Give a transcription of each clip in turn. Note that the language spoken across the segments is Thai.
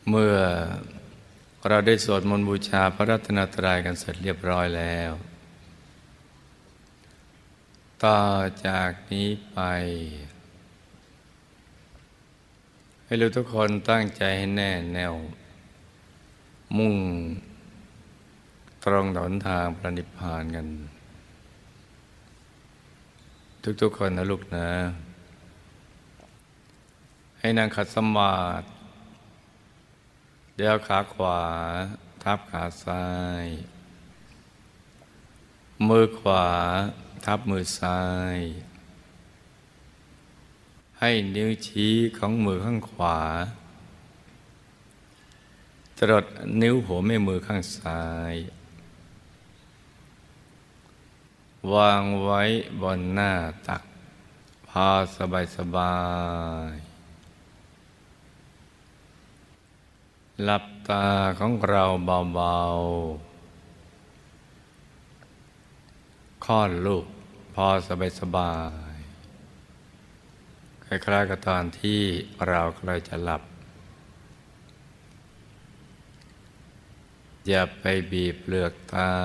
เมื่อเราได้สวดมนต์บูชาพระรัตนตรัยกันเสร็จเรียบร้อยแล้ว ต่อจากนี้ไปให้เราทุกคนตั้งใจให้แน่แน่วมุ่งตรงหนทางพระนิพพานกันทุกๆคนนะลูกนะให้นั่งขัดสมาธิเดี๋ยวขาขวาทับขาซ้ายมือขวาทับมือซ้ายให้นิ้วชี้ของมือข้างขวาจรดนิ้วหัวแม่มือข้างซ้ายวางไว้บนหน้าตักพอสบายหลับตาของเราเบาๆค่อนลูกพอสบายคล้ายๆกับตอนที่เรากำลังจะหลับอย่าไปบีบเปลือกตา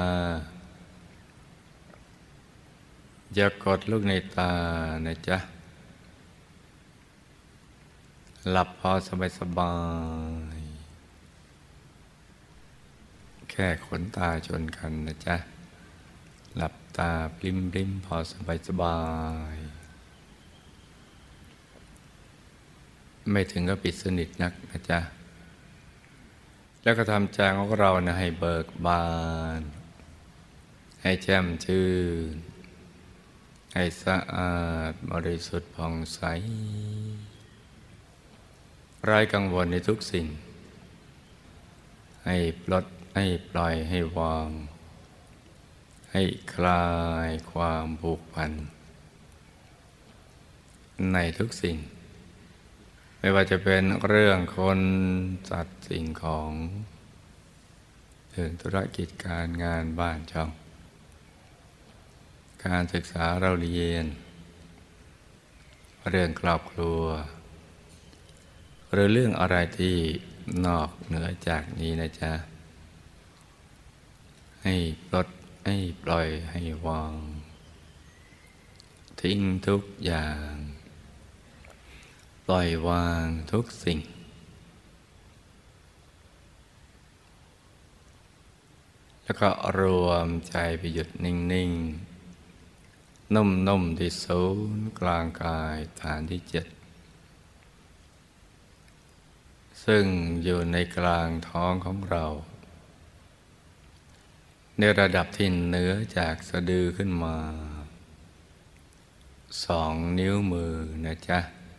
อย่ากดลูกในตานะจ๊ะหลับพอสบายแค่ขนตาชนกันนะจ๊ะหลับตาปลิ้มพอสบายไม่ถึงก็ปิดสนิทนักนะจ๊ะแล้วก็ทำใจของเรานะให้เบิกบานให้แจ่มชื่นให้สะอาดบริสุทธิ์ผ่องใสไร้กังวลในทุกสิ่งให้ปลดให้ปล่อยให้วางให้คลายความผูกพันในทุกสิ่งไม่ว่าจะเป็นเรื่องคนสัตว์สิ่งของเรื่องธุรกิจการงานบ้านช่องการศึกษาเราเรียนเรื่องครอบครัวหรือเรื่องอะไรที่นอกเหนือจากนี้นะจ๊ะให้ปลดให้ปล่อยให้วางทิ้งทุกอย่างปล่อยวางทุกสิ่งแล้วก็รวมใจไปหยุดนิ่งๆนุ่มๆที่ศูนย์กลางกายฐานที่7ซึ่งอยู่ในกลางท้องของเราในระดับที่เหนือจากสะดือขึ้นมา2 นิ้วมือนะจ๊ะ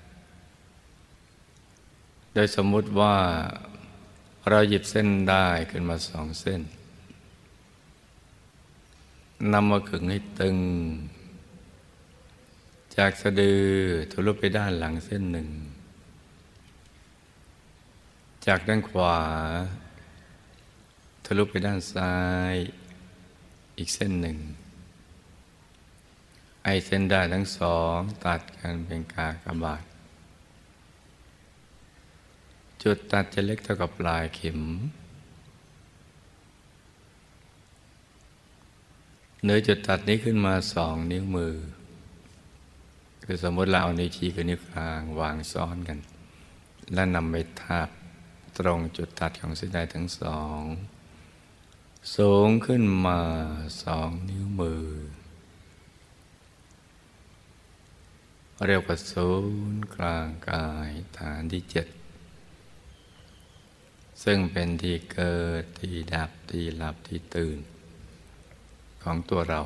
โดยสมมุติว่าเราหยิบเส้นได้ขึ้นมา2 เส้นนำมาขึงให้ตึงจากสะดือทะลุไปด้านหลังเส้นหนึ่งจากด้านขวาทะลุไปด้านซ้ายอีกเส้นหนึ่งไอเส้นได้ทั้ง2ตัดกันเป็นกากบาทจุดตัดจะเล็กเท่ากับปลายเข็มเหนือจุดตัดนี้ขึ้นมา2 นิ้วมือคือสมมติเราเอานิ้วชี้กับนิ้วกลางวางซ้อนกันและนำไปทาบตรงจุดตัดของเส้นได้ทั้ง2สูงขึ้นมา2 นิ้วมือเรียกว่าศูนย์กลางกายฐานที่7ซึ่งเป็นที่เกิดที่ดับที่หลับที่ตื่นของตัวเรา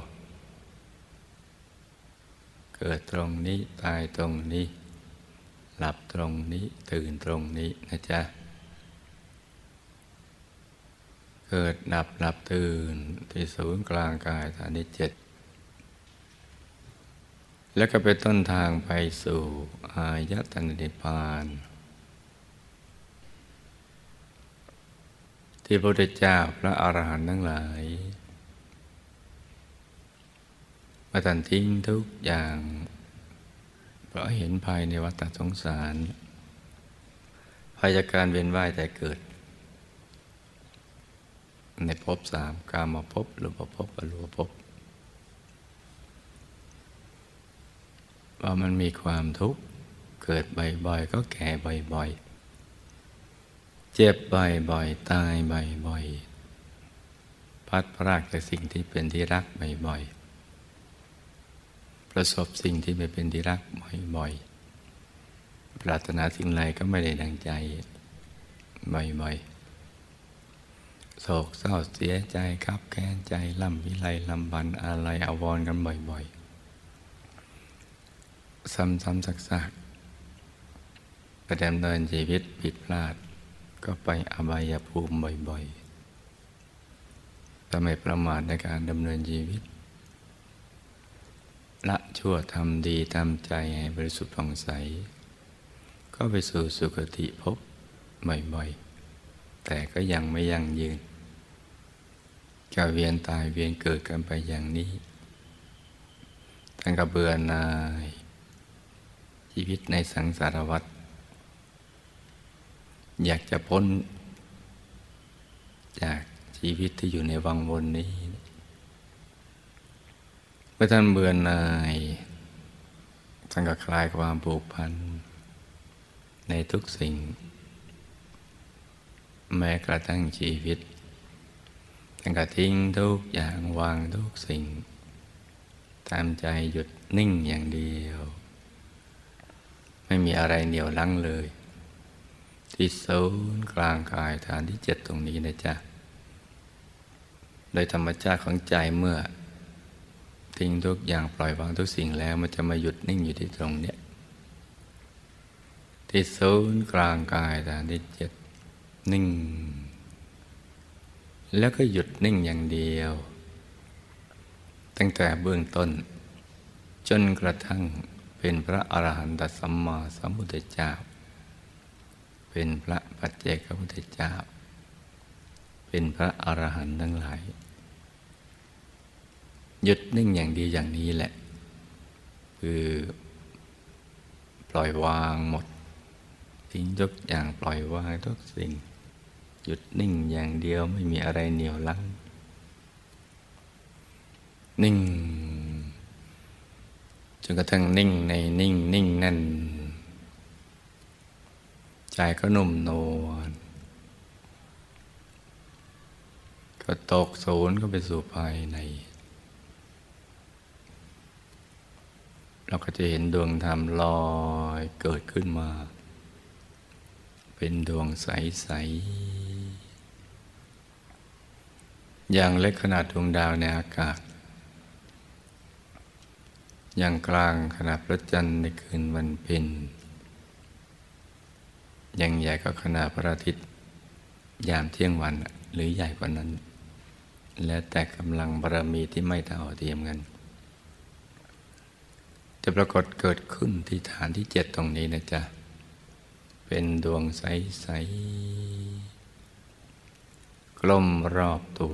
เกิดตรงนี้ตายตรงนี้หลับตรงนี้ตื่นตรงนี้นะจ๊ะเกิดดับหลับตื่นที่ศูนย์กลางกายฐานที่7แล้วก็เป็นต้นทางไปสู่อายตนะนิพพานที่พระพุทธเจ้าพระอรหันต์ทั้งหลายมาตัดทิ้งทุกอย่างเพราะเห็นภายในวัฏสงสารภายจากการเวียนว่ายแต่เกิดในภพสามกามภพรูปภพอรูปภพว่ามันมีความทุกข์เกิดบ่อยๆก็แก่บ่อยๆเจ็บบ่อยๆตายบ่อยๆพัดพรากจากสิ่งที่เป็นที่รักบ่อยๆประสบสิ่งที่ไม่เป็นที่รักบ่อยๆปรารถนาสิ่งใดก็ไม่ได้ดังใจบ่อยๆโศกเศร้าเสียใจคับแค้นใจล่ำวิไลลำพันอาลัยอาวรณ์กันบ่อยๆซ้ำๆซักๆประดำเนินชีวิตผิดพลาดก็ไปอบายภูมิบ่อยๆถ้าไม่ประมาทในการดำเนินชีวิตละชั่วทำดีทำใจให้บริสุทธิ์ผ่องใสก็ไปสู่สุคติภพบ่อยๆแต่ก็ยังไม่ยั่งยืนจะเวียนตายเวียนเกิดกันไปอย่างนี้ตั้งแต่เบื่อหน่ายชีวิตในสังสารวัฏอยากจะพ้นจากชีวิตที่อยู่ในวังวนนี้เมื่อท่านเบื่อหน่ายท่านก็คลายความผูกพันในทุกสิ่งแม้กระทั่งชีวิตท่านก็ทิ้งทุกอย่างวางทุกสิ่งตามใจหยุดนิ่งอย่างเดียวไม่มีอะไรเหนี่ยวรั้งเลยที่ศูนย์กลางกายฐานที่ 7ตรงนี้นะจ๊ะโดยธรรมชาติของใจเมื่อทิ้งทุกอย่างปล่อยวางทุกสิ่งแล้วมันจะมาหยุดนิ่งอยู่ที่ตรงเนี้ยที่ศูนย์กลางกายฐานที่ 7นิ่งแล้วก็หยุดนิ่งอย่างเดียวตั้งแต่เบื้องต้นจนกระทั่งเป็นพระอรหันตสัมมาสัมพุทธเจ้าเป็นพระปัจเจกพุทธเจ้าเป็นพระอรหันต์ทั้งหลายหยุดนิ่งอย่างดีอย่างนี้แหละคือปล่อยวางหมดทิ้งทุกอย่างปล่อยวางทุกสิ่งหยุดนิ่งอย่างเดียวไม่มีอะไรเหนี่ยวรั้งนิ่งจนกระทั่งนิ่งในนิ่งนิ่งนั่นใจก็นุ่มนวลก็ตกศูนย์ก็ไปสู่ภายในเราก็จะเห็นดวงธรรมลอยเกิดขึ้นมาเป็นดวงใสๆอย่างเล็กขนาดดวงดาวในอากาศอย่างกลางขนาดพระจันทร์ในคืนวันเพ็ญอย่างใหญ่ก็ขนาดพระอาทิตย์ยามเที่ยงวันหรือใหญ่กว่านั้นแล้วแต่กำลังบารมีที่ไม่เท่าเทียมกันจะปรากฏเกิดขึ้นที่ฐานที่ 7ตรงนี้นะจ๊ะเป็นดวงใสๆกลมรอบตัว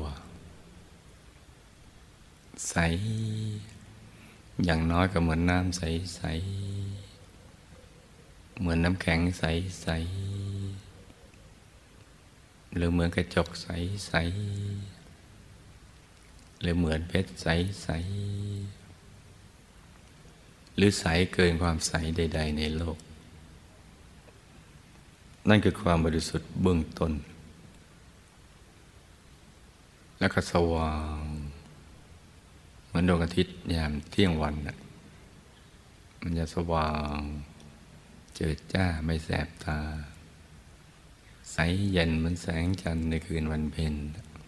ใสอย่างน้อยก็เหมือนน้ำใสๆเหมือนน้ำแข็งใสๆหรือเหมือนกระจกใสๆหรือเหมือนเพชรใสๆหรือใสเกินความใสใดๆในโลกนั่นคือความบริสุทธิ์เบื้องต้นแล้วก็สว่างเหมือนดวงอาทิตย์ยามเที่ยงวันมันจะสว่างเจิดจ้าไม่แสบตาใสเย็นเหมือนแสงจันทร์ในคืนวันเพ็ญ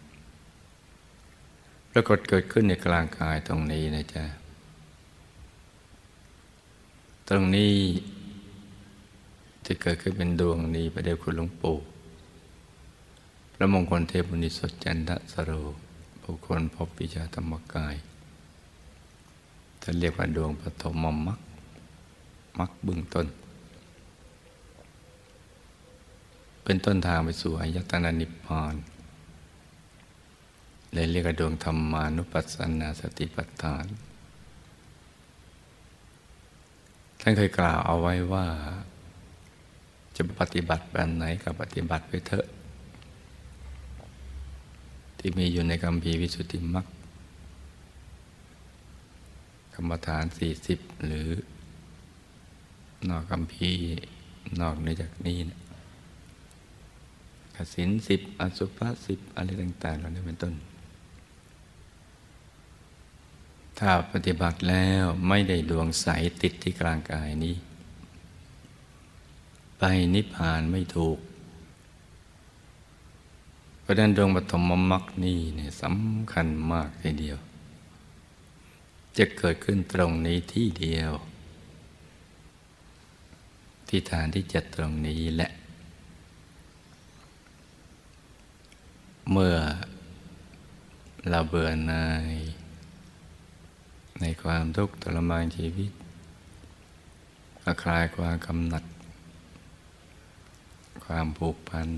ปรากฏเกิดขึ้นในกลางกายตรงนี้นะจ๊ะตรงนี้จะเกิดขึ้นเป็นดวงนี้ประเดี๋ยวคุณหลวงปู่พระมงคลเทพมุนีสดจันทสโรบุคคลพบวิชาธรรมกายท่านเรียกว่าดวงปฐมมรรคมรรคเบื้องต้นเป็นต้นทางไปสู่อายตนะนิพพานเลยเรียกว่าดวงธรรมานุปัสสนาสติปัฏฐานท่านเคยกล่าวเอาไว้ว่าจะปฏิบัติแบบไหนก็ปฏิบัติไปเถอะที่มีอยู่ในคัมภีร์วิสุทธิมรรคกรรมฐาน40หรือนอกคัมภีร์นอกเหนือจากนี้นะศีล10อสุภะ10อะไรต่างๆเหล่านี้เป็นต้นถ้าปฏิบัติแล้วไม่ได้ดวงใสติดที่กลางกายนี้ไปนิพพานไม่ถูกเพราะฉะนั้นดวงปฐมมรรคนี่เนี่ยสำคัญมากทีเดียวจะเกิดขึ้นตรงนี้ที่เดียวที่ฐานที่7ตรงนี้แหละเมื่อเราเบื่อหน่ายในความทุกข์ทรมานชีวิตคลายความกำหนัดความผูกพัน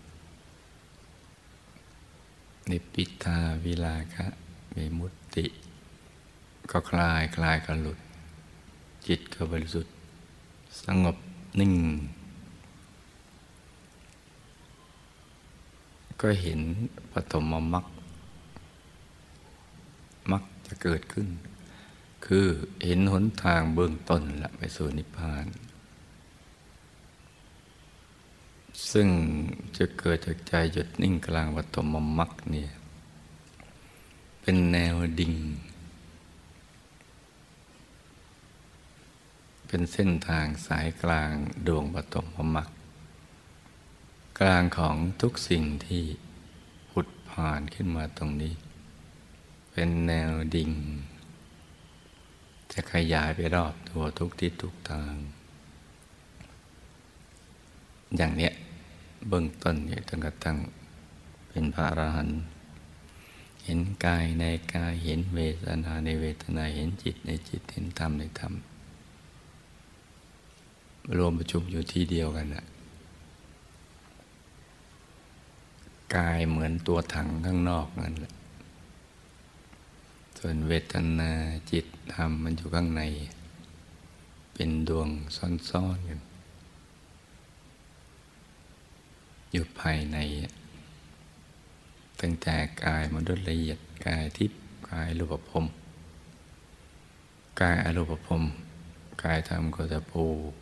นิพพิทาวิราคะวิมุตติก็คลายก็หลุดจิตก็บริสุทธิ์สงบนิ่งก็เห็นปฐมมรรคจะเกิดขึ้นคือเห็นหนทางเบื้องต้นละไปสู่นิพพานซึ่งจะเกิดจากใจหยุดนิ่งกลางปฐมมรรคเนี่ยเป็นแนวดิ่งเป็นเส้นทางสายกลางดวงปฐมมรรคกลางของทุกสิ่งที่ผุดผ่านขึ้นมาตรงนี้เป็นแนวดิ่งจะขยายไปรอบตัวทุกทิศทุกทางอย่างเนี้ยเบื้องต้นเนี่ยจนกระทั่งเป็นพระอรหันต์เห็นกายในกายเห็นเวทนาในเวทนาเห็นจิตในจิตเห็นธรรมในธรรมรวมประชุมอยู่ที่เดียวกันน่ะกายเหมือนตัวถังข้างนอกนั่นแหละส่วนเวทนาจิตธรรมมันอยู่ข้างในเป็นดวงซ่อนๆกันอยู่ภายในตั้งแต่กายมนุษย์ละเอียดกายทิพย์กายรูปภพกายอรูปภพกายธรรมโคตภู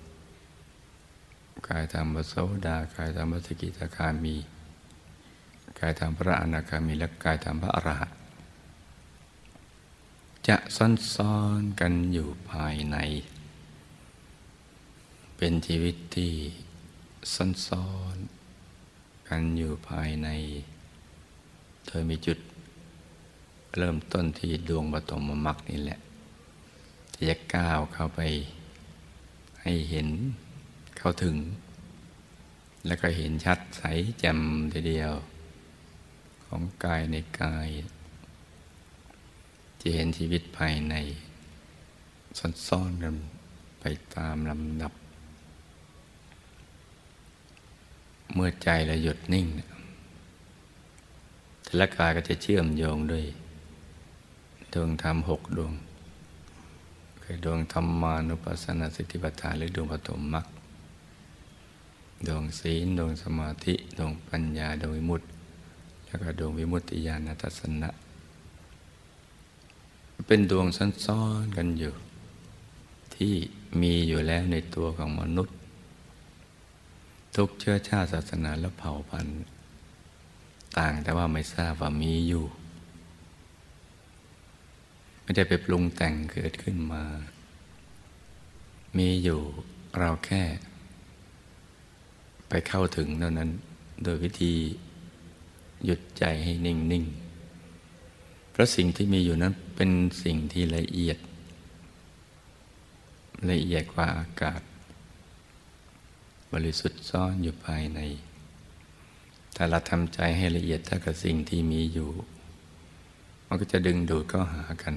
กายธรรมพระโสดากายธรรมพระสกิทาคามีกายธรรมพระอนาคามีและกายธรรมพระอรหันต์จะซ่อนๆกันอยู่ภายในเป็นชีวิตที่ซ่อนๆกันอยู่ภายในโดยมีจุดเริ่มต้นที่ดวงปฐมมรรคนี่แหละที่จะก้าวเข้าไปให้เห็นเข้าถึงแล้วก็เห็นชัดใสแจ่มทีเดียวของกายในกายจะเห็นชีวิตภายในซ่อนๆกันไปตามลำดับเมื่อใจเราหยุดนิ่งแต่ละกายก็จะเชื่อมโยงด้วยดวงธรรม6 ดวงคือดวงธรรมานุปัสสนาสติปัฏฐานหรือดวงปฐมมรรคดวงศีลดวงสมาธิดวงปัญญาดวงวิมุตติแล้วก็ดวงวิมุตติญาณทัศนะเป็นดวงซ่อนๆกันอยู่ที่มีอยู่แล้วในตัวของมนุษย์ทุกเชื้อชาติศาสนาและเผ่าพันธุ์ต่างแต่ว่าไม่ทราบว่ามีอยู่ไม่ได้ไปปรุงแต่งเกิดขึ้นมามีอยู่เราแค่ไปเข้าถึงเท่านั้นโดยวิธีหยุดใจให้นิ่งๆเพราะสิ่งที่มีอยู่นั้นเป็นสิ่งที่ละเอียดกว่าอากาศบริสุทธิ์ซ่อนอยู่ภายในถ้าเราทำใจให้ละเอียดเท่ากับสิ่งที่มีอยู่มันก็จะดึงดูดเข้าหากัน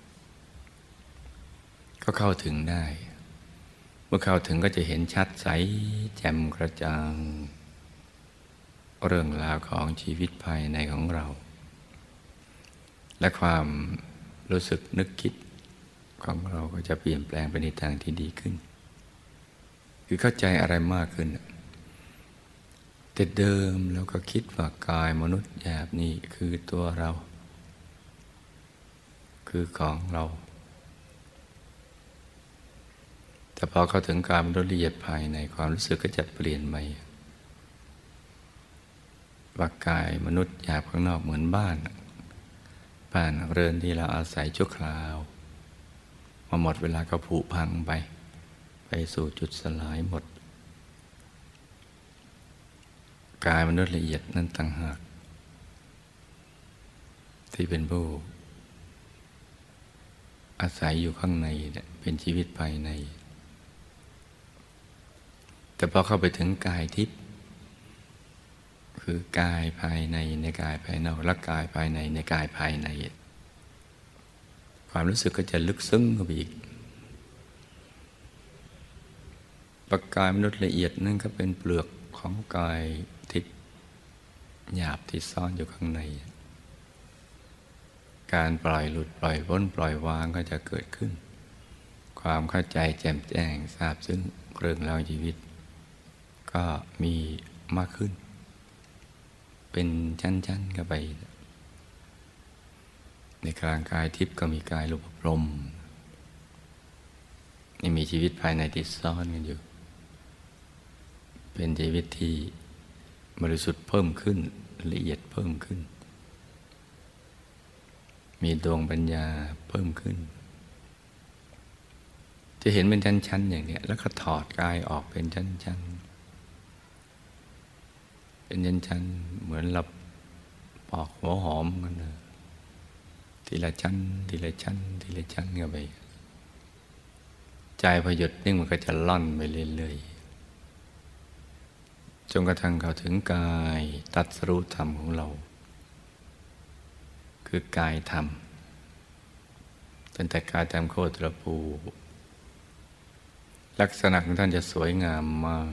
ก็เข้าถึงได้เมื่อเข้าถึงก็จะเห็นชัดใสแจ่มกระจ่างเรื่องราวของชีวิตภายในของเราและความรู้สึกนึกคิดของเราก็จะเปลี่ยนแปลงไปในทางที่ดีขึ้นคือเข้าใจอะไรมากขึ้นแต่แต่เดิมเราก็คิดว่ากายมนุษย์หยาบนี่คือตัวเรา คือของเรา แต่พอเข้าถึงกายมนุษย์ละเอียดภายในความรู้สึกก็จะเปลี่ยนไปว่ากายมนุษย์หยาบข้างนอกเหมือนบ้านเรือนที่เราอาศัยชั่วคราวพอหมดเวลาก็ผุพังไปสู่จุดสลายหมดกายมนุษย์ละเอียดนั้นต่างหากที่เป็นผู้อาศัยอยู่ข้างในเป็นชีวิตภายในแต่พอเข้าไปถึงกายทิพย์คือกายภายในในกายภายนอกและกายภายในในกายภายในความรู้สึกก็จะลึกซึ้งเข้าไปอีกประกายมนุษย์ละเอียดนั่นก็เป็นเปลือกของกายทิพย์หยาบที่ซ่อนอยู่ข้างในการปล่อยหลุดปล่อยพ้นปล่อยวางก็จะเกิดขึ้นความเข้าใจแจ่มแจ้งทราบซึ่งเรื่องราวชีวิตก็มีมากขึ้นเป็นชั้นๆเข้าไปในกลางกายทิพย์ก็มีกายรูปพรหมนี่มีชีวิตภายในที่ซ่อนกันอยู่เป็นชีวิตที่บริสุทธิ์เพิ่มขึ้นละเอียดเพิ่มขึ้นมีดวงปัญญาเพิ่มขึ้นจะเห็นเป็นชั้นๆอย่างนี้แล้วก็ถอดกายออกเป็นชั้นๆเป็นชั้นๆเหมือนเราปอกหัวหอมกันเลยทีละชั้นทีละชั้นทีละชั้นเข้าไปใจพอหยุดนิ่งมันก็จะล่อนไปเรื่อยๆจนกระทั่งเข้าถึงกายตรัสรู้ธรรมของเราคือกายธรรมตั้งแต่กายธรรมโคตรภูลักษณะของท่านจะสวยงามมาก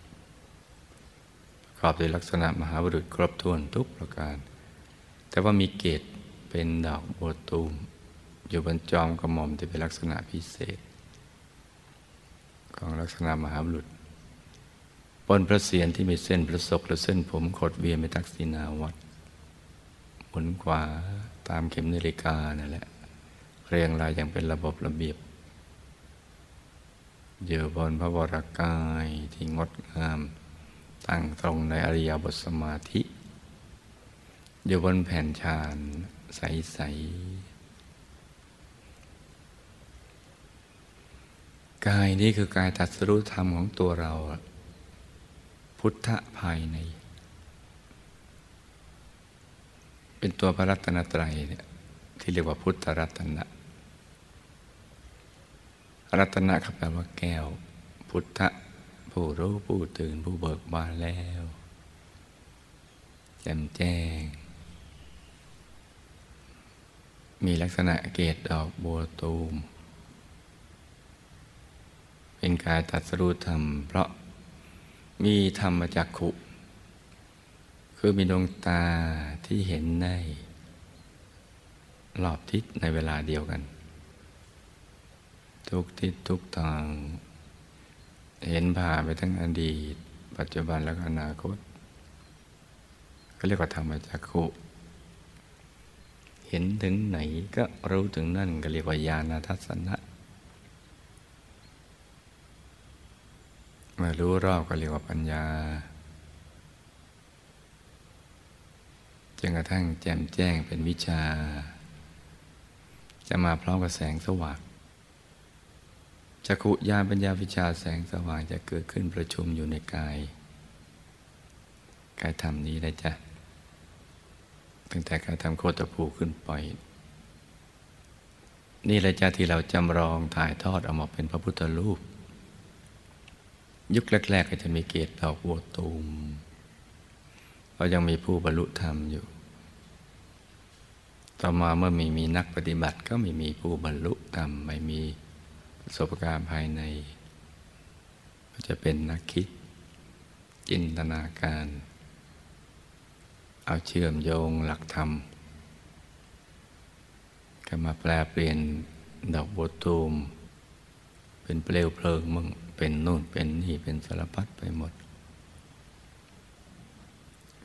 ประกอบด้วยลักษณะมหาบุรุษครบถ้วนทุกประการแต่ว่ามีเกศเป็นดอกบัวตูมอยู่บนจอมกระหม่อมที่เป็นลักษณะพิเศษของลักษณะมหาบุรุษบนพระเศียรที่มีเส้นประศกและเส้นผมขดเวียนไปทักษิณาวัตรหมุนขวาตามเข็มนาฬิกานั่นแหละเรียงรายอย่างเป็นระบบระเบียบอยู่บนพระวรกายที่งดงามตั้งตรงในอริยบทสมาธิอยู่บนแผ่นฌานใสๆกายนี้คือกายตรัสรู้ธรรมของตัวเราพุทธะภายในเป็นตัวพระรัตนตรัยเนี่ยที่เรียกว่าพุทธรัตนะรัตนะแปลว่าแก้วพุทธะผู้รู้ผู้ตื่นผู้เบิกบานแล้วแจ่มแจ้งมีลักษณะเกศดอกบัวตูมเป็นกายตรัสรู้ธรรมเพราะมีธรรมจักขุคือมีดวงตาที่เห็นได้รอบทิศในเวลาเดียวกันทุกทิศทุกทางเห็นผ่านไปทั้งอดีตปัจจุบันและอนาคตเขาเรียกว่าธรรมจักขุเห็นถึงไหนก็รู้ถึงนั่นก็เรียกว่าญาณทัศนะเมื่อรู้รอบก็เรียกว่าปัญญาจนกระทั่งแจ่มแจ้งเป็นวิชาจะมาพร้อมกับแสงสว่างจักขุญาณปัญญาวิชาแสงสว่างจะเกิดขึ้นประชุมอยู่ในกายธรรมนี้นะจ๊ะตั้งแต่กายธรรมโคตรภูขึ้นไปนี่แหละจ้ะที่เราจำลองถ่ายทอดออกมาเป็นพระพุทธรูปยุคแรกๆก็จะมีเกศดอกบัวตูมเรายังมีผู้บรรลุธรรมอยู่ต่อมาเมื่อมีนักปฏิบัติก็ไม่มีผู้บรรลุธรรมไม่มีประสบการณ์ภายในก็จะเป็นนักคิดจินตนาการเอาเชื่อมโยงหลักธรรมก็มาแปลเปลี่ยนดอกบัวตูมเป็นเปลวเพลิงมั่งเป็นนู่นเป็นนี่เป็นสารพัดไปหมด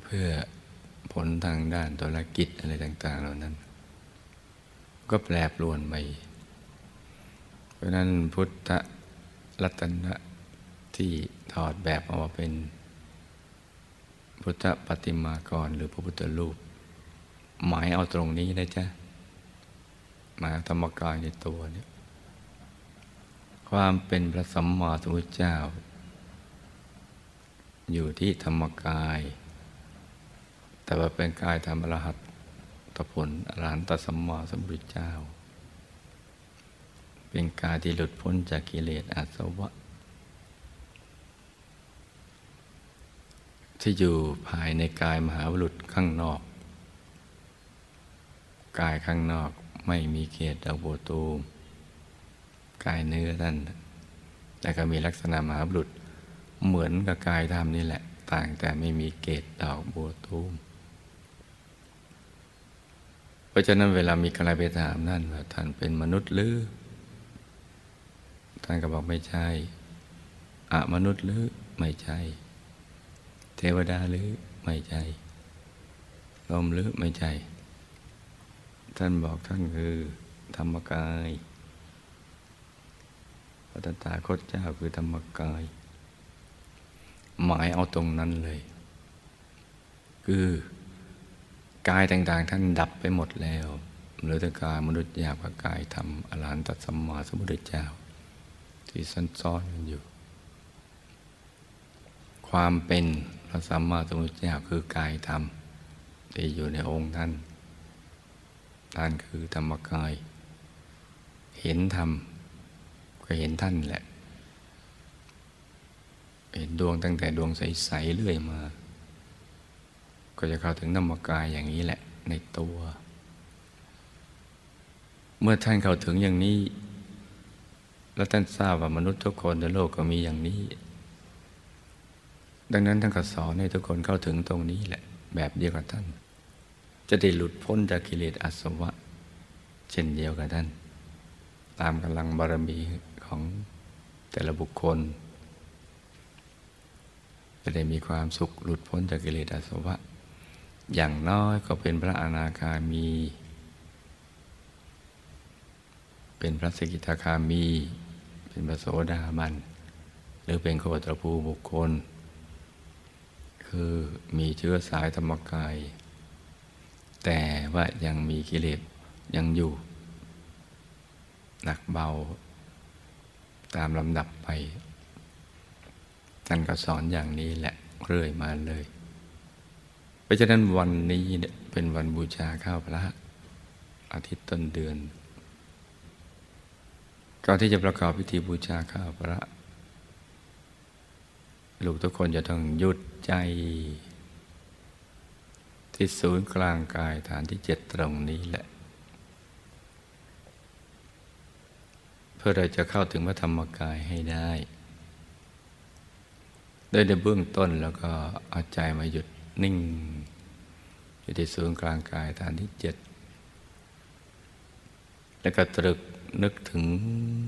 เพื่อผลทางด้านธุรกิจอะไรต่างๆเหล่านั้นก็แปรปรวนไปเพราะนั้นพุทธรัตนะที่ถอดแบบออกมาเป็นพุทธปฏิมากรหรือพระพุทธรูปหมายเอาตรงนี้นะจ๊ะหมายธรรมกายในตัวเนี่ยความเป็นพระสัมมาสัมพุทธเจ้าอยู่ที่ธรรมกายแต่ว่าเป็นกายธรรมอรหัตตผลอรหันตสัมมาสัมพุทธเจ้าเป็นกายที่หลุดพ้นจากกิเลสอาสวะที่อยู่ภายในกายมหาบุรุษข้างนอกกายข้างนอกไม่มีเกศดอกบัวตูมกายเนื้อท่านแต่ก็มีลักษณะมหาบุรุษเหมือนกับกายธรรมนี่แหละต่างแต่ไม่มีเกศดอกบัวตูมเพราะฉะนั้นเวลามีใครไปถามท่านว่าท่านเป็นมนุษย์หรือท่านก็บอกไม่ใช่อะมนุษย์หรือไม่ใช่เทวดาหรือไม่ใช่ลมหรือไม่ใช่ท่านบอกท่านคือธรรมกายพระตถาคตเจ้าคือธรรมกายหมายเอาตรงนั้นเลยคือกายต่างๆท่านดับไปหมดแล้วเหลือแต่กายมนุษย์หยาบกับกายธรรมอรหันตสัมมาสัมพุทธเจ้าที่ซ่อนกันอยู่ความเป็นพระสัมมาสัมพุทธเจ้าคือกายธรรมที่อยู่ในองค์ท่านคือธรรมกายเห็นธรรมก็เห็นท่านแหละเห็นดวงตั้งแต่ดวงใสๆเรื่อยมาก็จะเข้าถึงธรรมกายอย่างนี้แหละในตัวเมื่อท่านเข้าถึงอย่างนี้แล้วท่านทราบว่ามนุษย์ทุกคนในโลกก็มีอย่างนี้ดังนั้นท่านก็สอนให้ทุกคนเข้าถึงตรงนี้แหละแบบเดียวกับท่านจะได้หลุดพ้นจากกิเลสอาสวะเช่นเดียวกับท่านตามกำลังบารมีของแต่ละบุคคลจะได้มีความสุขหลุดพ้นจากกิเลสอาสวะอย่างน้อยก็เป็นพระอนาคามีเป็นพระสกิทาคามีเป็นพระโสดาบันหรือเป็นโคตรภูบุคคลคือมีเชื้อสายธรรมกายแต่ว่ายังมีกิเลสยังอยู่หนักเบาตามลำดับไปท่านก็สอนอย่างนี้แหละเรื่อยมาเลยเพราะฉะนั้นวันนี้เป็นวันบูชาข้าวพระอาทิตย์ต้นเดือนก่อนที่จะประกอบพิธีบูชาข้าวพระลูกทุกคนจะต้องหยุดใจที่ศูนย์กลางกายฐานที่7ตรงนี้แหละเพื่อเราจะเข้าถึงพระธรรมกายให้ได้โดยในเบื้องต้นแล้วก็เอาใจมาหยุดนิ่งอยู่ที่ศูนย์กลางกายฐานที่7แล้วก็ตรึกนึกถึง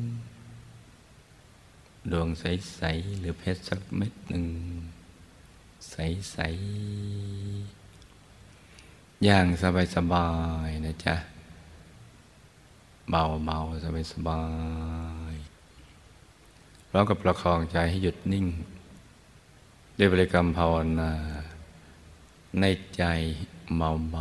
ดวงใสๆหรือเพชรสักเม็ดหนึ่งใสๆอย่างสบายๆนะจ๊ะเบาๆสบายๆแล้วก็ประคองใจให้หยุดนิ่งด้วยบริกรรมภาวนาในใจเบา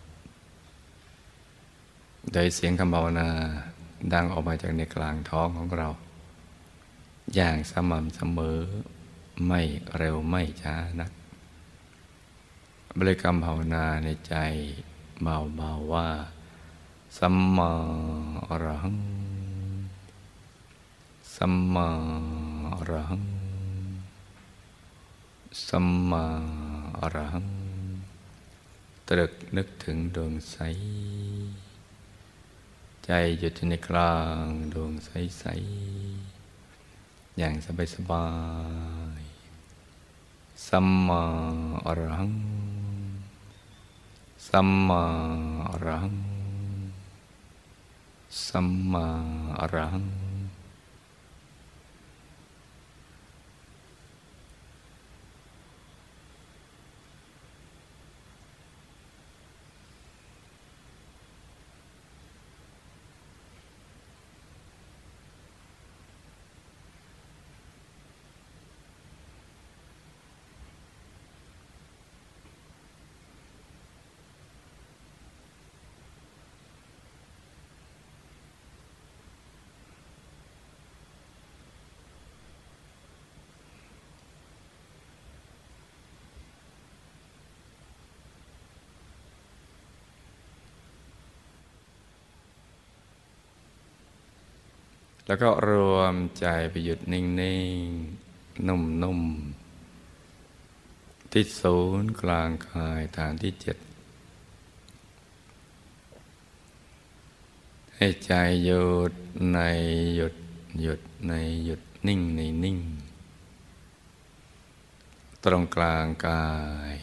ๆโดยเสียงคำภาวนาดังออกมาจากในกลางท้องของเราอย่างสม่ำเสมอไม่เร็วไม่ช้านักบริกรรมภาวนาในใจเบาๆว่าสัมมาอรหังสัมมาอรหังสัมมาอรหังตรึกนึกถึงดวงใสใจหยุดในกลางดวงใสๆอย่างสบายๆสัมมาอรหังสัมมาอรหังสัมมาอรหังแล้วก็รวมใจไปหยุดนิ่งๆนุ่มๆที่ศูนย์กลางกายฐานที่7ให้ใจหยุดในหยุดในหยุดนิ่งในนิ่งตรงกลางกาย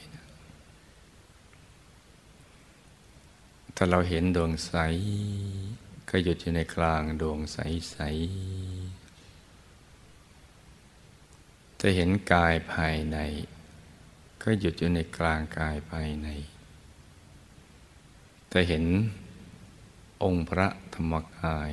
ถ้าเราเห็นดวงใสก็หยุดอยู่ในกลางดวงใสๆถ้าเห็นกายภายในก็หยุดอยู่ในกลางกายภายในถ้าเห็นองค์พระธรรมกาย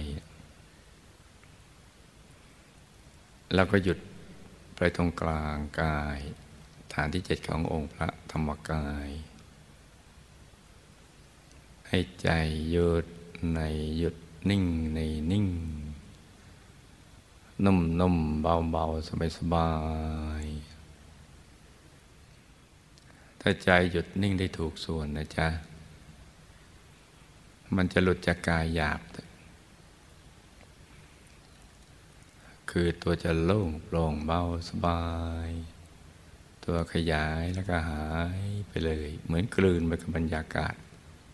แล้วก็หยุดไปตรงกลางกายฐานที่7ขององค์พระธรรมกายให้ใจหยุดในหยุดนิ่งในนิ่งนุ่มๆเบาๆสบายๆถ้าใจหยุดนิ่งได้ถูกส่วนนะจ๊ะมันจะหลุดจากกายหยาบคือตัวจะโล่งโปร่งเบาสบายตัวขยายแล้วก็หายไปเลยเหมือนกลืนไปกับบรรยากาศ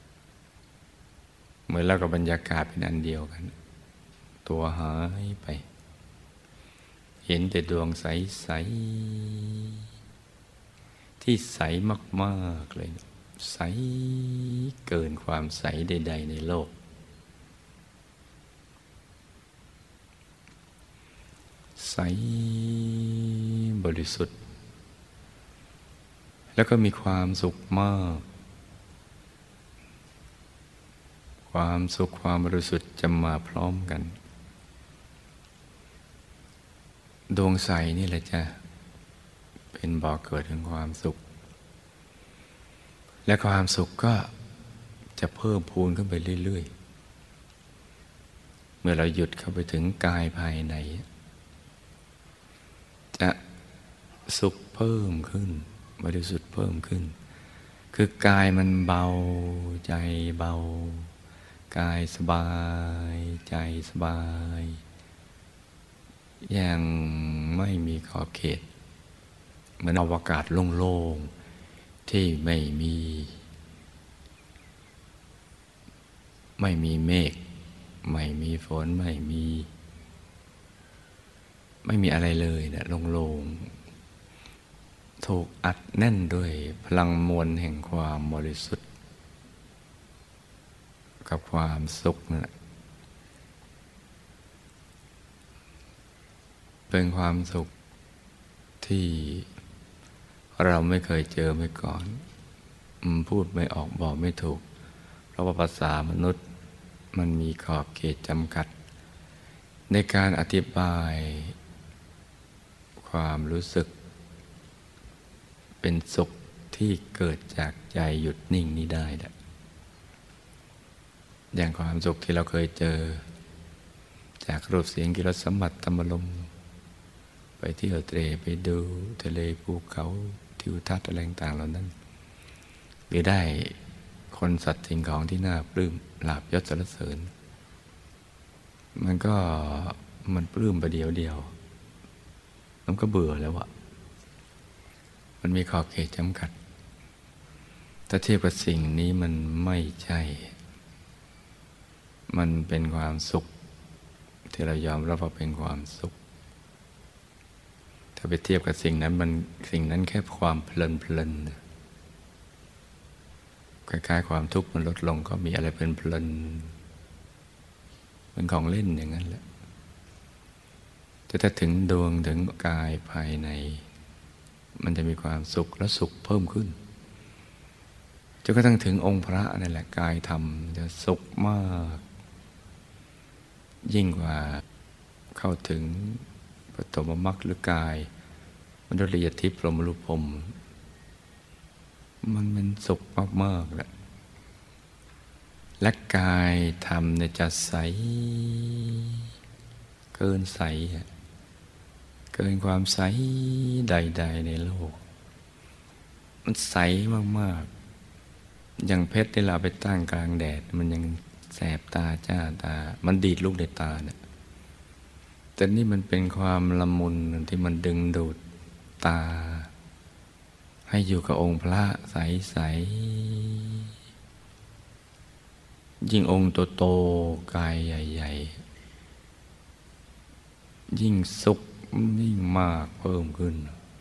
เหมือนเรากับบรรยากาศเป็นอันเดียวกันตัวหายไปเห็นแต่ดวงใสๆที่ใสมากๆเลยใสเกินความใสใดๆในโลกใสบริสุทธิ์แล้วก็มีความสุขมากความสุขความบริสุทธิ์จะมาพร้อมกันดวงใสนี่แหละจ้ะเป็นบ่อเกิดแห่งความสุขและความสุขก็จะเพิ่มพูนขึ้นไปเรื่อยๆเมื่อเราหยุดเข้าไปถึงกายภายในจะสุขเพิ่มขึ้นบริสุทธิ์เพิ่มขึ้นคือกายมันเบาใจเบากายสบายใจสบายอย่างไม่มีขอบเขตเหมือนอวกาศโล่งๆที่ไม่มีเมฆไม่มีฝนไม่มีอะไรเลยนะโล่งๆถูกอัดแน่นด้วยพลังมวลแห่งความบริสุทธิ์กับความสุขนะเป็นความสุขที่เราไม่เคยเจอมาก่อนพูดไม่ออกบอกไม่ถูกเพราะว่าภาษามนุษย์มันมีขอบเขตจำกัดในการอธิบายความรู้สึกเป็นสุขที่เกิดจากใจหยุดนิ่งนี้ได้อย่างความสุขที่เราเคยเจอจากรูปเสียงกลิ่นรสสัมผัสธรรมลมไปเที่ยวเตร่ไปดูทะเลภูเขาทิวทัศน์อะไรต่างๆเหล่านั้นหรือได้คนสัตว์สิ่งของที่น่าปลื้มลาภยศสรรเสริญมันปลื้มประเดียวมันก็เบื่อแล้วอะมันมีขอบเขตจำกัดถ้าเทียบกับสิ่งนี้มันไม่ใช่มันเป็นความสุขที่เรายอมรับว่าเป็นความสุขถ้าไปเทียบกับสิ่งนั้นแค่ความเพลินคล้ายๆความทุกข์มันลดลงก็มีอะไรเพลินเป็นของเล่นอย่างนั้นแหละแต่ถ้าถึงดวงถึงกายภายในมันจะมีความสุขและสุขเพิ่มขึ้นจนกระทั่งถึงองค์พระนั่นแหละกายธรรมจะสุขมากยิ่งกว่าเข้าถึงปฐมมรรคหรือกายมนุษยทิพย์พรหมรูปพรหมมันเป็นสุขมากๆแหละและกายธรรมเนี่ยจะใสเกินใสเกินความใสใดๆในโลกมันใสมากๆอย่างเพชรที่เราไปตั้งกลางแดดมันยังแสบตาจ้าตามันดีดลูกในตาเนี่ยแต่นี่มันเป็นความละมุนที่มันดึงดูดตาให้อยู่กับองค์พระใสๆยิ่งองค์โตๆกายใหญ่ๆยิ่งสุขยิ่งมากเพิ่มขึ้น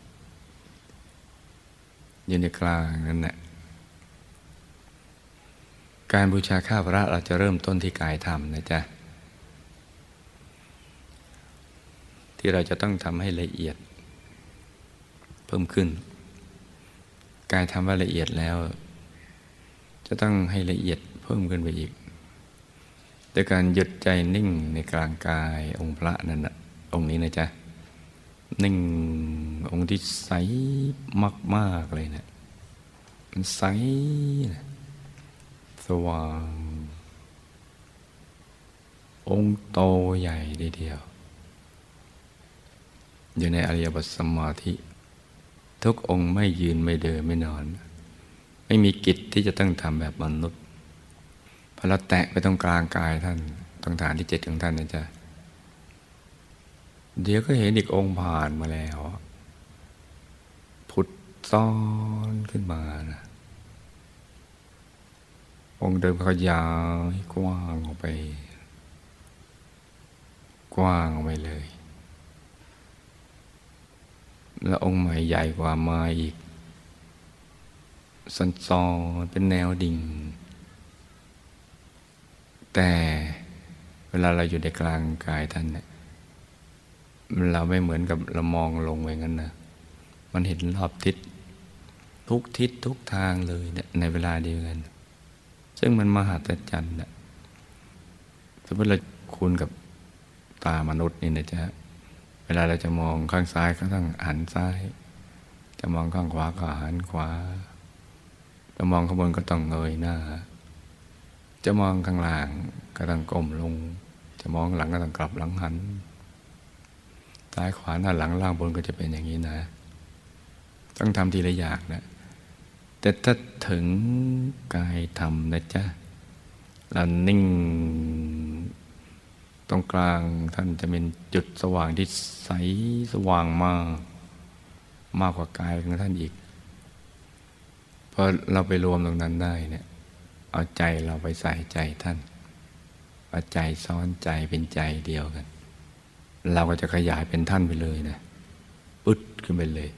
อยู่ในกลางนั่นแหละการบูชาข้าพระเราจะเริ่มต้นที่กายธรรมนะจ๊ะที่เราจะต้องทำให้ละเอียดเพิ่มขึ้นกายทำว่าละเอียดแล้วจะต้องให้ละเอียดเพิ่มขึ้นไปอีกโดยการหยุดใจนิ่งในกลางกายองค์พระนั่นนะองค์นี้นะจ๊ะนิ่งองค์ที่ใสมากๆเลยนะมันใสนะสว่างองค์โตใหญ่ทีเดียวอยู่ในอริยบทสมาธิทุกองค์ไม่ยืนไม่เดินไม่นอนไม่มีกิจที่จะต้องทำแบบมนุษย์พอเราแตะไปตรงกลางกายท่านตรงฐานที่7ของท่านนะจ๊ะเดี๋ยวก็เห็นอีกองค์ผ่านมาแล้วผุดซ้อนขึ้นมานะองค์เดิมขยายกว้างออกไปเลยแล้วองค์ใหม่ใหญ่กว่ามาอีกสันซ้อนเป็นแนวดิ่งแต่เวลาเราอยู่ในกลางกายท่านเนี่ยเราไม่เหมือนกับเรามองลงไปงั้นนะมันเห็นรอบทิศทุกทิศทุกทางเลยเนี่ยในเวลาเดียวกันซึ่งมันมหัศจรรย์นะสมมติเราคูณกับตามนุษย์นี่นะจ๊ะเวลาเราจะมองข้างซ้ายก็ต้องหันซ้ายจะมองข้างขวาก็หันขวาจะมองข้างบนก็ต้องเงยหน้าจะมองข้างล่างก็ต้องก้มลงจะมองหลังก็ต้องกลับหลังหันซ้ายขวาหน้าหลังล่างบนก็จะเป็นอย่างนี้นะต้องทำทีละอย่างนะแต่ถ้าถึงกายธรรมนะจ๊ะเรานิ่งตรงกลางท่านจะเป็นจุดสว่างที่ใสสว่างมากกว่ากายของท่านอีกพอเราไปรวมตรงนั้นได้เนี่ยเอาใจเราไปใส่ใจท่านเอาใจซ้อนใจเป็นใจเดียวกันเราก็จะขยายเป็นท่านไปเลยนะปึ๊ดขึ้นไปเลย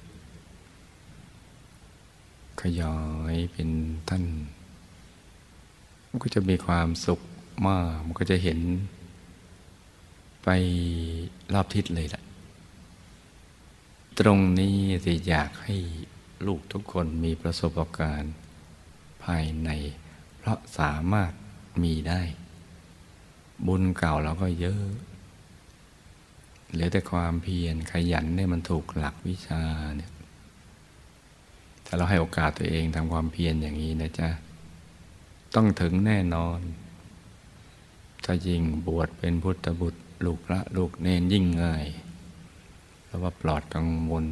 ขยายเป็นท่านมันก็จะมีความสุขมากมันก็จะเห็นไปรอบทิศเลยแหละตรงนี้ที่อยากให้ลูกทุกคนมีประสบการณ์ภายในเพราะสามารถมีได้บุญเก่าเราก็เยอะเหลือแต่ความเพียรขยันเนี่ยมันถูกหลักวิชาเนี่ยถ้าเราให้โอกาสตัวเองทำความเพียรอย่างนี้นะจ๊ะต้องถึงแน่นอนถ้ายิ่งบวชเป็นพุทธบุตรลูกพระลูกเนรยิ่งง่ายเพราะว่าปลอดกังวล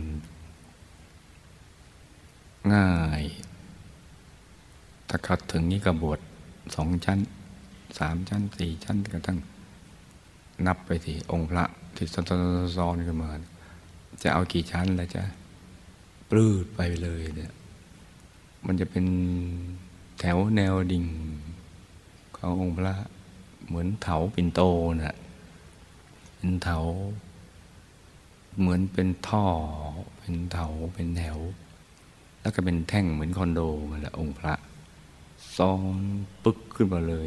ง่ายถ้าขัดถึงนี้ก็บวช2 ชั้น3 ชั้น4 ชั้นก็ตั้งนับไปสิองค์พระที่ซ้อนขึ้นมาจะเอากี่ชั้นแล้วจ๊ะปลื้ดไปเลยเนี่ยมันจะเป็นแถวแนวดิ่งขององค์พระเหมือนเถาปิ่นโตน่ะเป็นเถาเหมือนเป็นท่อเป็นเถาเป็นแถวแล้วก็เป็นแท่งเหมือนคอนโดนั่นแหละองค์พระซ้อนปึ๊กขึ้นมาเลย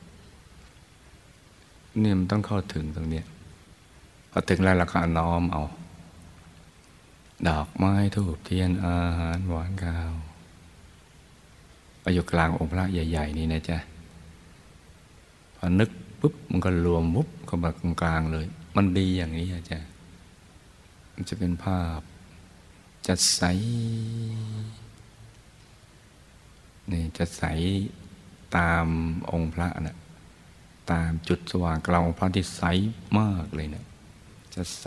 เนี่ยมันต้องเข้าถึงตรงเนี้ยพอถึงแล้วเราก็น้อมเอาดอกไม้ธูปเทียนอาหารหวานข้าวไปอยู่กลางองค์พระใหญ่ๆนี่นะจ๊ะพอนึกปุ๊บมันก็รวมวุบเข้ามาตรงกลางเลยมันดีอย่างนี้อาจารย์มันจะเป็นภาพจะใสนี่จะใสตามองค์พระนะตามจุดสว่างกลางองค์พระที่ใสมากเลยนะจะใส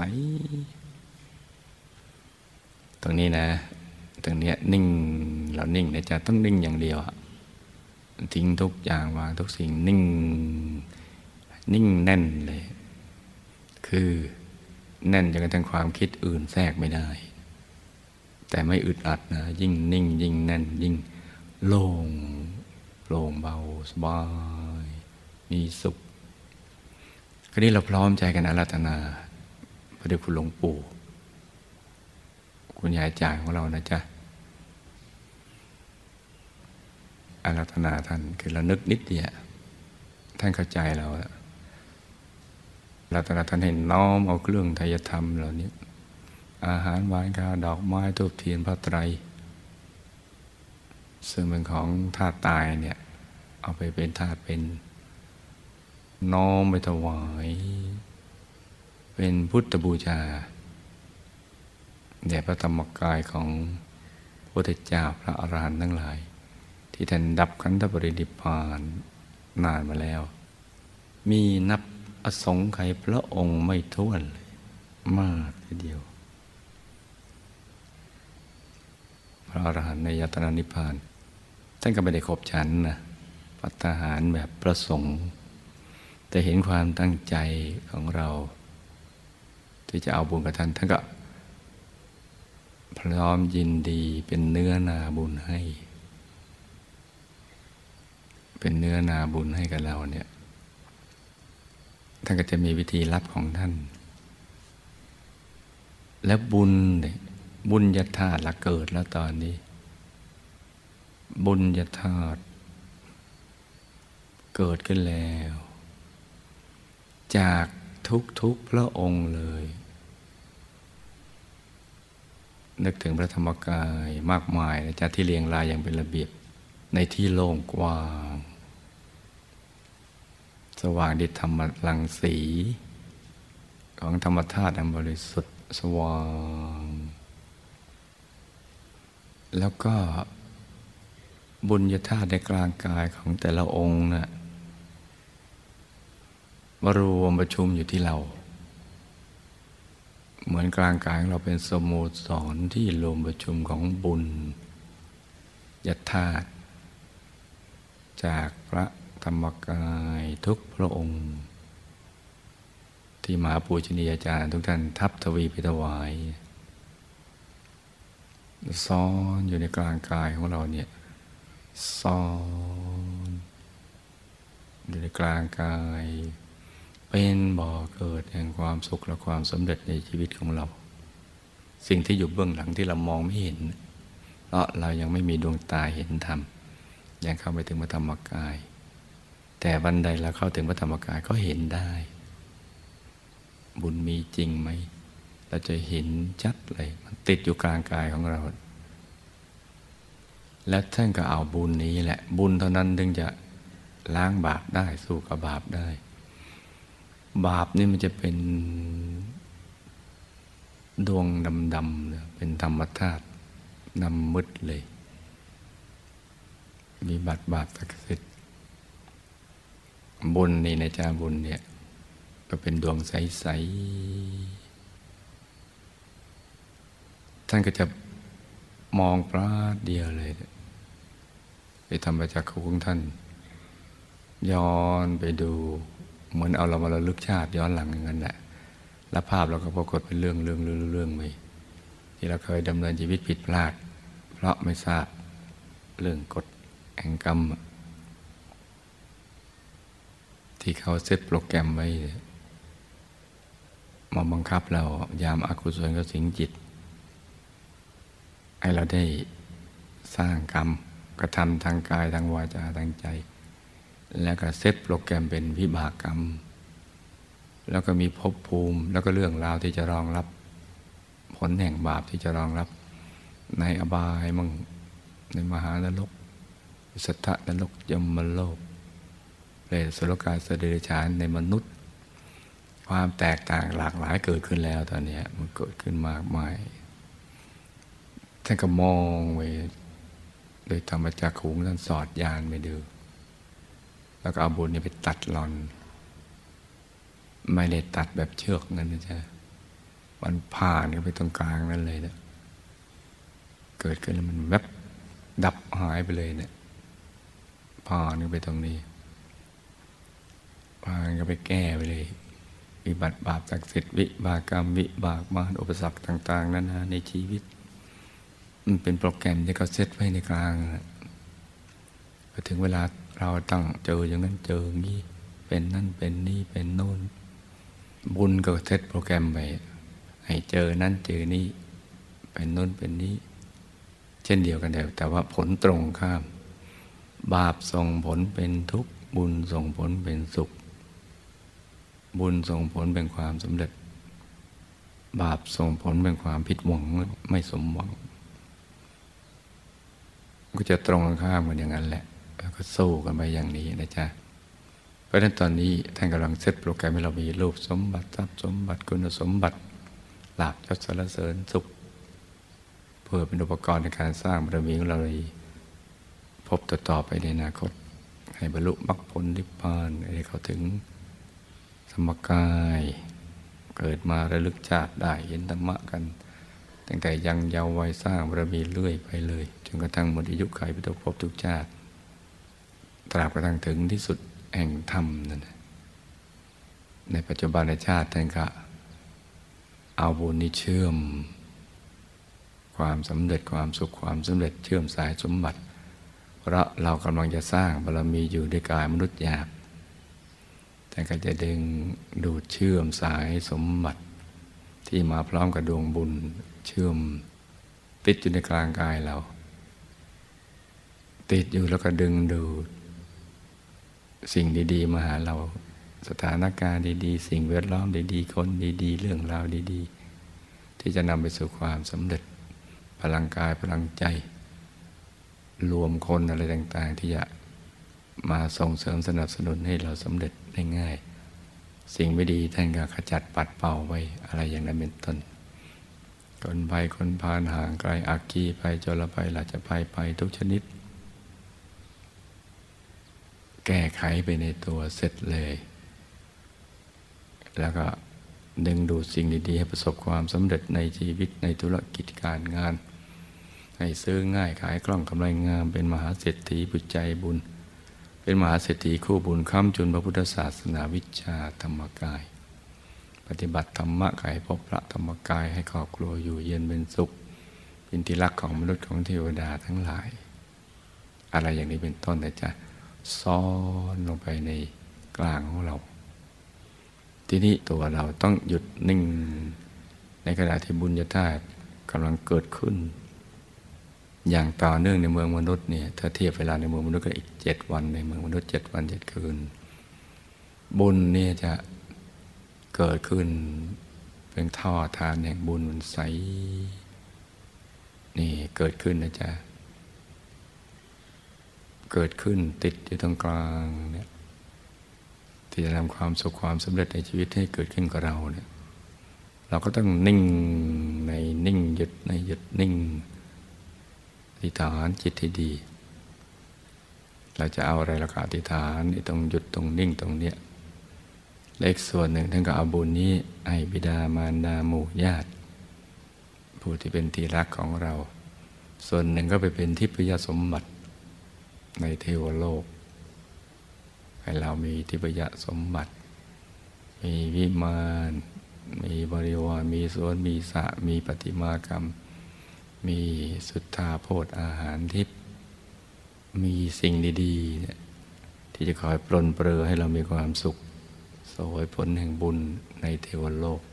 ตรงนี้นะตรงนี้นิ่งเรานิ่งนะจะต้องนิ่งอย่างเดียวทิ้งทุกอย่างวางทุกสิ่งนิ่งแน่นเลยคือแน่นจนกระทั่งความคิดอื่นแทรกไม่ได้แต่ไม่อึดอัดนะยิ่งนิ่งยิ่งแน่นยิ่งโล่งโปร่งเบาสบายมีสุขคราวนี้เราพร้อมใจกันอาราธนาพระเดชคุณหลวงปู่คุณยายจ่ายของเรานะจ๊ะอาราธนาท่านคือเรานึกนิดเดียวท่านเข้าใจเราแล้วอาราธนาท่านให้น้อมเอาเครื่องไตรธรรมเหล่านี้อาหารหวานข้าวดอกไม้ธูปเทียนพระไตรซึ่งเป็นของธาตุตายเนี่ยเอาไปเป็นธาตุเป็นน้อมไปถวายเป็นพุทธบูชาแด่พระธรรมกายของพระพุทธเจ้าพระอรหันต์ทั้งหลายที่ท่านดับขันธปรินิพพานนานมาแล้วมีนับอสงไขยพระองค์ไม่ถ้วนเลยมากทีเดียวพระอรหันต์ในยตนะนิพพานท่านก็ไม่ได้ขบฉันนะภัตตาหารแบบประสงค์แต่เห็นความตั้งใจของเราที่จะเอาบุญกับท่านท่านก็พร้อมยินดีเป็นเนื้อนาบุญให้เป็นเนื้อนาบุญให้กับเราเนี่ยท่านก็จะมีวิธีรับของท่านและบุญเนี่ยบุญญาธาตุละเกิดแล้วตอนนี้บุญญาธาตุเกิดขึ้นแล้วจากทุกพระองค์เลยนึกถึงพระธรรมกายมากมายนะจ๊ะที่เรียงรายอย่างเป็นระเบียบในที่โล่งกว้างสว่างดิธรรมรังสีของธรรมธาตุอันบริสุทธิ์สว่างแล้วก็บุญญาธาตุในกลางกายของแต่ละองค์น่ะมารวมประชุมอยู่ที่เราเหมือนกลางกายของเราเป็นสโมสรที่รวมประชุมของบุญญาธาตุจากพระธรรมกายทุกพระองค์ที่มหาปูชนียาจารย์ทุกท่านทัพทวีไปถวายซ้อนอยู่ในกลางกายของเราเนี่ยซ้อนอยู่ในกลางกายเป็นบ่อเกิดแห่งความสุขและความสำเร็จในชีวิตของเราสิ่งที่อยู่เบื้องหลังที่เรามองไม่เห็นเพราะเรายังไม่มีดวงตาเห็นธรรมยังเข้าไปถึงพระธรรมกายแต่วันใดเราเข้าถึงพระธรรมกายก็เห็นได้บุญมีจริงไหมเราจะเห็นชัดเลยมันติดอยู่กลางกายของเราและท่านก็เอาบุญนี้แหละบุญเท่านั้นถึงจะล้างบาปได้สู้กับบาปได้บาปนี่มันจะเป็นดวงดำๆเป็นธรรมธาตุดำมืดเลยมีบาปศักดิ์สิทธิ์บุญนี่นะจ๊ะบุญเนี่ยก็เป็นดวงใสๆท่านก็จะมองปราดเดียวเลยไปทำประจักษ์ของท่านย้อนไปดูเหมือนเอาเรามาระลึกชาติย้อนหลังอย่างนั้นแหละแล้วภาพเราก็ปรากฏเป็นเรื่องไปที่เราเคยดำเนินชีวิตผิดพลาดเพราะไม่ทราบเรื่องกฎแห่งกรรมที่เขาเซตโปรแกรมไว้มาบังคับเรายามอกุศลก็สิงจิตให้เราได้สร้างกรรมกระทำทางกายทางวาจาทางใจแล้วก็เซตโปรแกรมเป็นวิบากกรรมแล้วก็มีภพภูมิแล้วก็เรื่องราวที่จะรองรับผลแห่งบาปที่จะรองรับในอบายมั่งในมหานรกสัทธนรกยมโลกเปรตสุรกายสัตว์เดรัจฉานในมนุษย์ความแตกต่างหลากหลายเกิดขึ้นแล้วตอนนี้มันเกิดขึ้นมากมายท่านก็มองไปโดยธรรมจักขุงท่านสอดญาณไปดูแล้วก็เอาบุญนี้ไปตัดหลอนไม่ได้ตัดแบบเชือกนั่นนะจ๊ะมันผ่านไปตรงกลางนั่นเลยนะเกิดขึ้นแล้วมันแวบดับหายไปเลยเนี่ยผ่านไปตรงนี้ผ่านก็ไปแก้ไปเลยวิบัติบาปศักดิ์สิทธิ์วิบากกรรมวิบากมารอุปสรรคต่าง ๆนานาในชีวิตมันเป็นโปรแกรมที่เขาเซตไว้ในกลางพอถึงเวลาเราต้องเจออย่างนั้นเจออย่างนี้เป็นนั่นเป็นนี่เป็นโน่นบุญก็เซตโปรแกรมไปให้เจอนั้นเจอนี้เป็นโน่นเป็นนี้เช่นเดียวกันแต่ว่าผลตรงข้ามบาปส่งผลเป็นทุกข์บุญส่งผลเป็นสุขบุญส่งผลเป็นความสำเร็จบาปส่งผลเป็นความผิดหวังไม่สมหวังก็จะตรงข้ามกันอย่างนั้นแหละแล้วก็สู้กันไปอย่างนี้นะจ๊ะเพราะฉะนั้นตอนนี้ท่านกำลังเซตโปรแกรมให้เรามีรูปสมบัติทรัพย์สมบัติคุณสมบัติลาภยศสรรเสริญสุขเพื่อเป็นอุปกรณ์ในการสร้างบารมีของเราในพบต่อไปในอนาคตให้บรรลุมรรคผลนิพพานให้เขาถึงสมกายเกิดมาระลึกชาติได้เห็นธรรมะกันตั้งแต่ยังเยาว์วัยสร้างบารมีเรื่อยไปเลยจนกระทั่งหมดอายุขัยไปทุกภพทุกชาติตราบกระทั่งถึงที่สุดแห่งธรรมนั่นในปัจจุบันในชาติท่านก็เอาบุญนี้เชื่อมความสำเร็จความสุขความสำเร็จเชื่อมสายสมบัติเพราะเรากำลังจะสร้างบารมีอยู่ด้วยกายมนุษย์หยาบแต่ก็จะดึงดูดเชื่อมสายสมบัติที่มาพร้อมกับดวงบุญเชื่อมติดอยู่ในกลางกายเราติดอยู่แล้วก็ดึงดูดสิ่งดีๆมาหาเราสถานการณ์ดีๆสิ่งแวดล้อมดีๆคนดีๆเรื่องราวดีๆที่จะนำไปสู่ความสำเร็จพลังกายพลังใจรวมคนอะไรต่างๆที่จะมาส่งเสริมสนับสนุนให้เราสำเร็จได้ง่ายสิ่งไม่ดีท่านก็ขจัดปัดเป่าไว้อะไรอย่างนั้นเป็นต้นคนภัยคนพาลห่างไกลอักขีภัยโจรภัยราชภัยไปทุกชนิดแก้ไขไปในตัวเสร็จเลยแล้วก็ดึงดูดสิ่งดีๆให้ประสบความสำเร็จในชีวิตในธุรกิจการงานให้ซื้อง่ายขายคล่องกำไรงามเป็นมหาเศรษฐีผู้ใจบุญเป็นมหาเศรษฐีคู่บุญค้ำจุนพระพุทธศาสนาวิชาธรรมกายปฏิบัติธรรมะไขพบพระธรรมกายให้ครอบครัวอยู่เย็นเป็นสุขเป็นที่รักของมนุษย์ของเทวดาทั้งหลายอะไรอย่างนี้เป็นต้นนะจ๊ะซ้อนลงไปในกลางของเราทีนี้ตัวเราต้องหยุดนิ่งในขณะที่บุญญาธาตุกำลังเกิดขึ้นอย่างต่อเนื่องในเมืองมนุษย์เนี่ยถ้าเทียบเวลาในเมืองมนุษย์ก็อีก7 วันในเมืองมนุษย์7 วัน 7 คืนบุญเนี่ยจะเกิดขึ้นเป็นท่อทานแห่งบุญมันใสนี่เกิดขึ้นนะจ๊ะเกิดขึ้นติดอยู่ตรงกลางเนี่ยที่จะนำความสุขความสำเร็จในชีวิตให้เกิดขึ้นกับเราเนี่ยเราก็ต้องนิ่งในนิ่งหยุดในหยุดนิ่งอธิษฐานจิตให้ดีเราจะเอาอะไรเราก็อธิษฐานตรงหยุดตรงนิ่งตรงเนี้ยเล็กส่วนหนึ่งท่านก็เอาบุญนี้ให้บิดามารดาหมู่ญาติผู้ที่เป็นที่รักของเราส่วนหนึ่งก็ไปเป็นทิพยสมบัติในเทวโลกให้เรามีทิพยสมบัติมีวิมานมีบริวารมีสวนมีสระมีประติมากรรมมีสุทธาโภชอาหารทิพย์มีสิ่งดีๆเนี่ยที่จะคอยปรนเปรอให้เรามีความสุขโสวยผลแห่งบุญในเทวโลก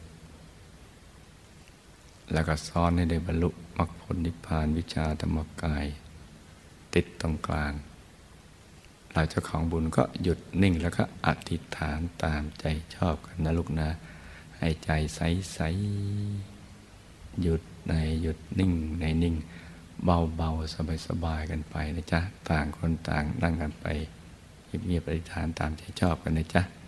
แล้วก็ซ้อนให้ได้บรรลุมรรคผลนิพพานวิชาธรรมกายติดตรงกลางเราเจ้าของบุญก็หยุดนิ่งแล้วก็อธิษฐานตามใจชอบกันนะลูกนะให้ใจใสๆหยุดในหยุดนิ่งในนิ่งเบาๆสบายๆกันไปนะจ๊ะต่างคนต่างนั่งกันไปเงียบๆอธิษฐานตามใจชอบกันนะจ๊ะ